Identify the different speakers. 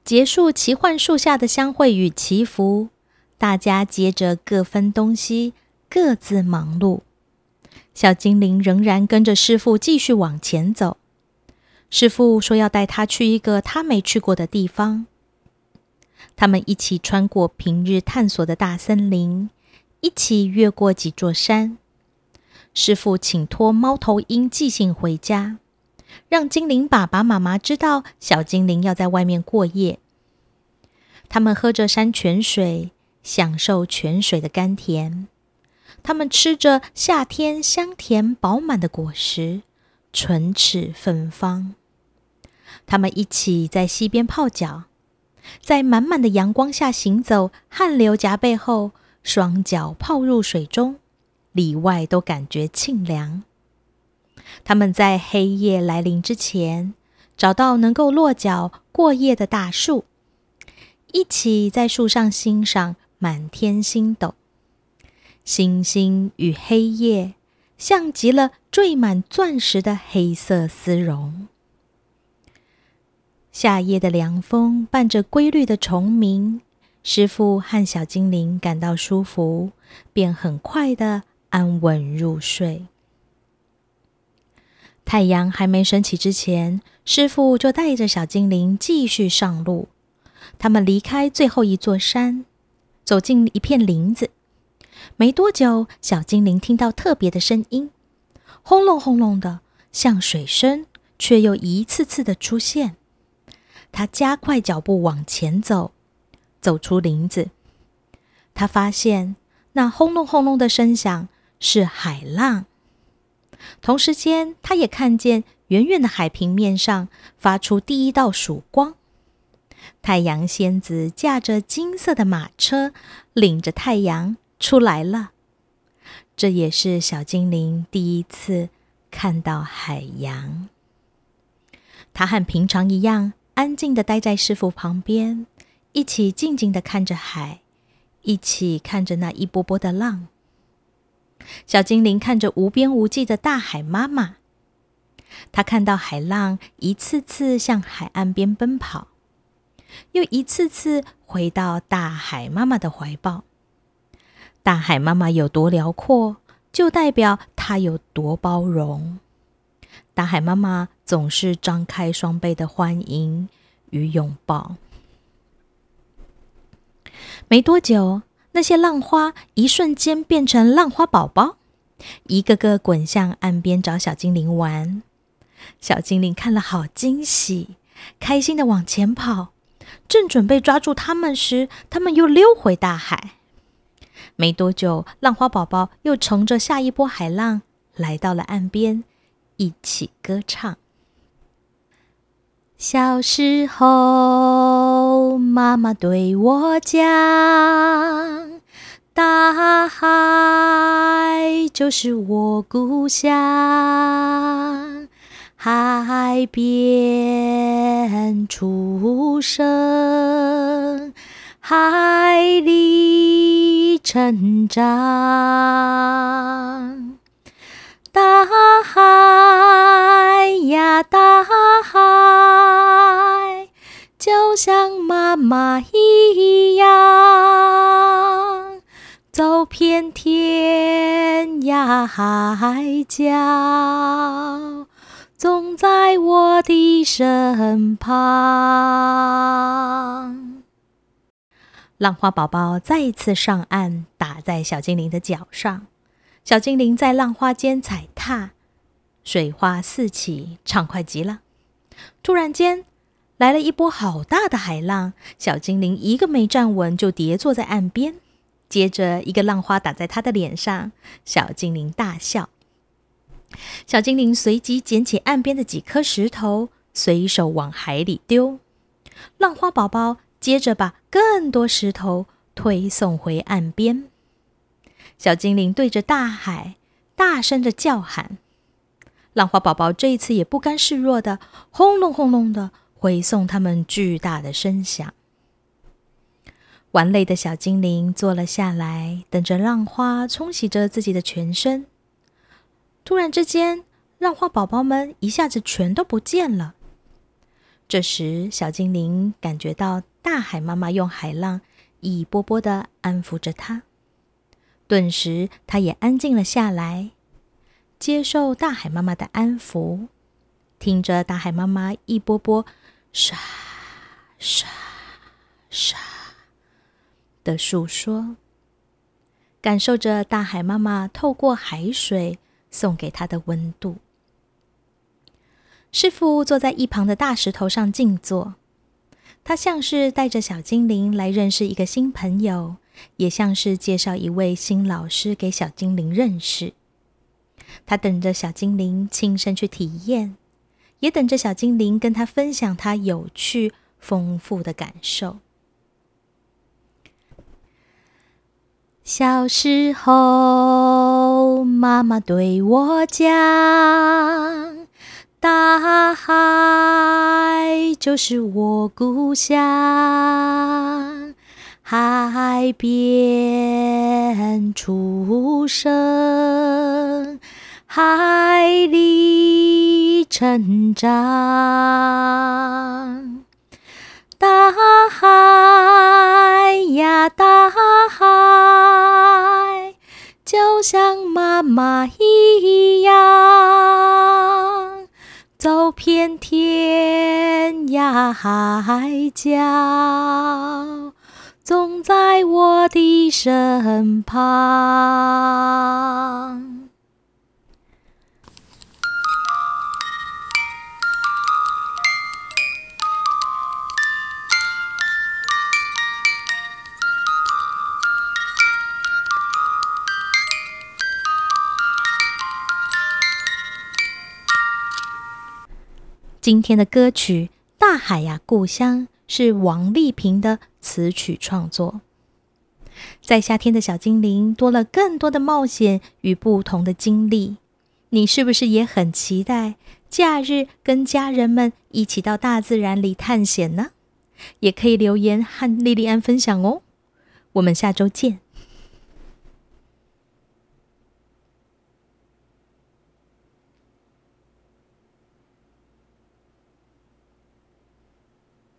Speaker 1: 结束奇幻树下的相会与祈福，大家接着各分东西，各自忙碌。小精灵仍然跟着师父继续往前走。师父说要带他去一个他没去过的地方。他们一起穿过平日探索的大森林，一起越过几座山。师父请托猫头鹰寄信回家，让精灵爸爸妈妈知道小精灵要在外面过夜。他们喝着山泉水，享受泉水的甘甜。他们吃着夏天香甜饱满的果实，唇齿芬芳。他们一起在溪边泡脚，在满满的阳光下行走，汗流浃背后，双脚泡入水中，里外都感觉沁凉。他们在黑夜来临之前，找到能够落脚过夜的大树，一起在树上欣赏满天星斗。星星与黑夜，像极了缀满钻石的黑色丝绒。夏夜的凉风伴着规律的虫鸣，师父和小精灵感到舒服，便很快地安稳入睡。太阳还没升起之前，师父就带着小精灵继续上路。他们离开最后一座山，走进一片林子。没多久，小精灵听到特别的声音，轰隆轰隆的，像水声，却又一次次的出现。他加快脚步往前走，走出林子。他发现那轰隆轰隆的声响是海浪。同时间，他也看见远远的海平面上发出第一道曙光。太阳仙子驾着金色的马车，领着太阳出来了。这也是小精灵第一次看到海洋。他和平常一样，安静地待在师父旁边，一起静静地看着海，一起看着那一波波的浪。小精灵看着无边无际的大海妈妈，他看到海浪一次次向海岸边奔跑，又一次次回到大海妈妈的怀抱。大海妈妈有多辽阔，就代表她有多包容。大海妈妈总是张开双臂的欢迎与拥抱。没多久，那些浪花一瞬间变成浪花宝宝，一个个滚向岸边找小精灵玩。小精灵看了好惊喜，开心地往前跑。正准备抓住他们时，他们又溜回大海。没多久，浪花宝宝又乘着下一波海浪来到了岸边，一起歌唱。小时候，妈妈对我讲，大海就是我故乡，海边出生，海里成长。大海呀大海，就像妈妈一样，走遍天涯海角，总在我的身旁。浪花宝宝再一次上岸，打在小精灵的脚上。小精灵在浪花间踩踏，水花四起，畅快极了。突然间，来了一波好大的海浪，小精灵一个没站稳就跌坐在岸边。接着，一个浪花打在他的脸上，小精灵大笑。小精灵随即捡起岸边的几颗石头，随手往海里丢。浪花宝宝接着把更多石头推送回岸边。小精灵对着大海大声地叫喊。浪花宝宝这一次也不甘示弱的轰隆轰隆的回送他们巨大的声响。玩累的小精灵坐了下来，等着浪花冲洗着自己的全身。突然之间，浪花宝宝们一下子全都不见了， 这时，小精灵感觉到大海妈妈用海浪一波波地安抚着它，顿时它也安静了下来，接受大海妈妈的安抚，听着大海妈妈一波波沙沙沙的诉说，感受着大海妈妈透过海水送给它的温度。师父坐在一旁的大石头上静坐，他像是带着小精灵来认识一个新朋友，也像是介绍一位新老师给小精灵认识。他等着小精灵亲身去体验，也等着小精灵跟他分享他有趣丰富的感受。小时候，妈妈对我讲，大海就是我故乡，海边出生，海里成长。大海呀大海，就像妈妈一样，走遍天涯海角，总在我的身旁。今天的歌曲《大海呀故乡》是王丽萍的词曲创作。在夏天的小精灵多了更多的冒险与不同的经历，你是不是也很期待假日跟家人们一起到大自然里探险呢？也可以留言和莉莉安分享哦。我们下周见。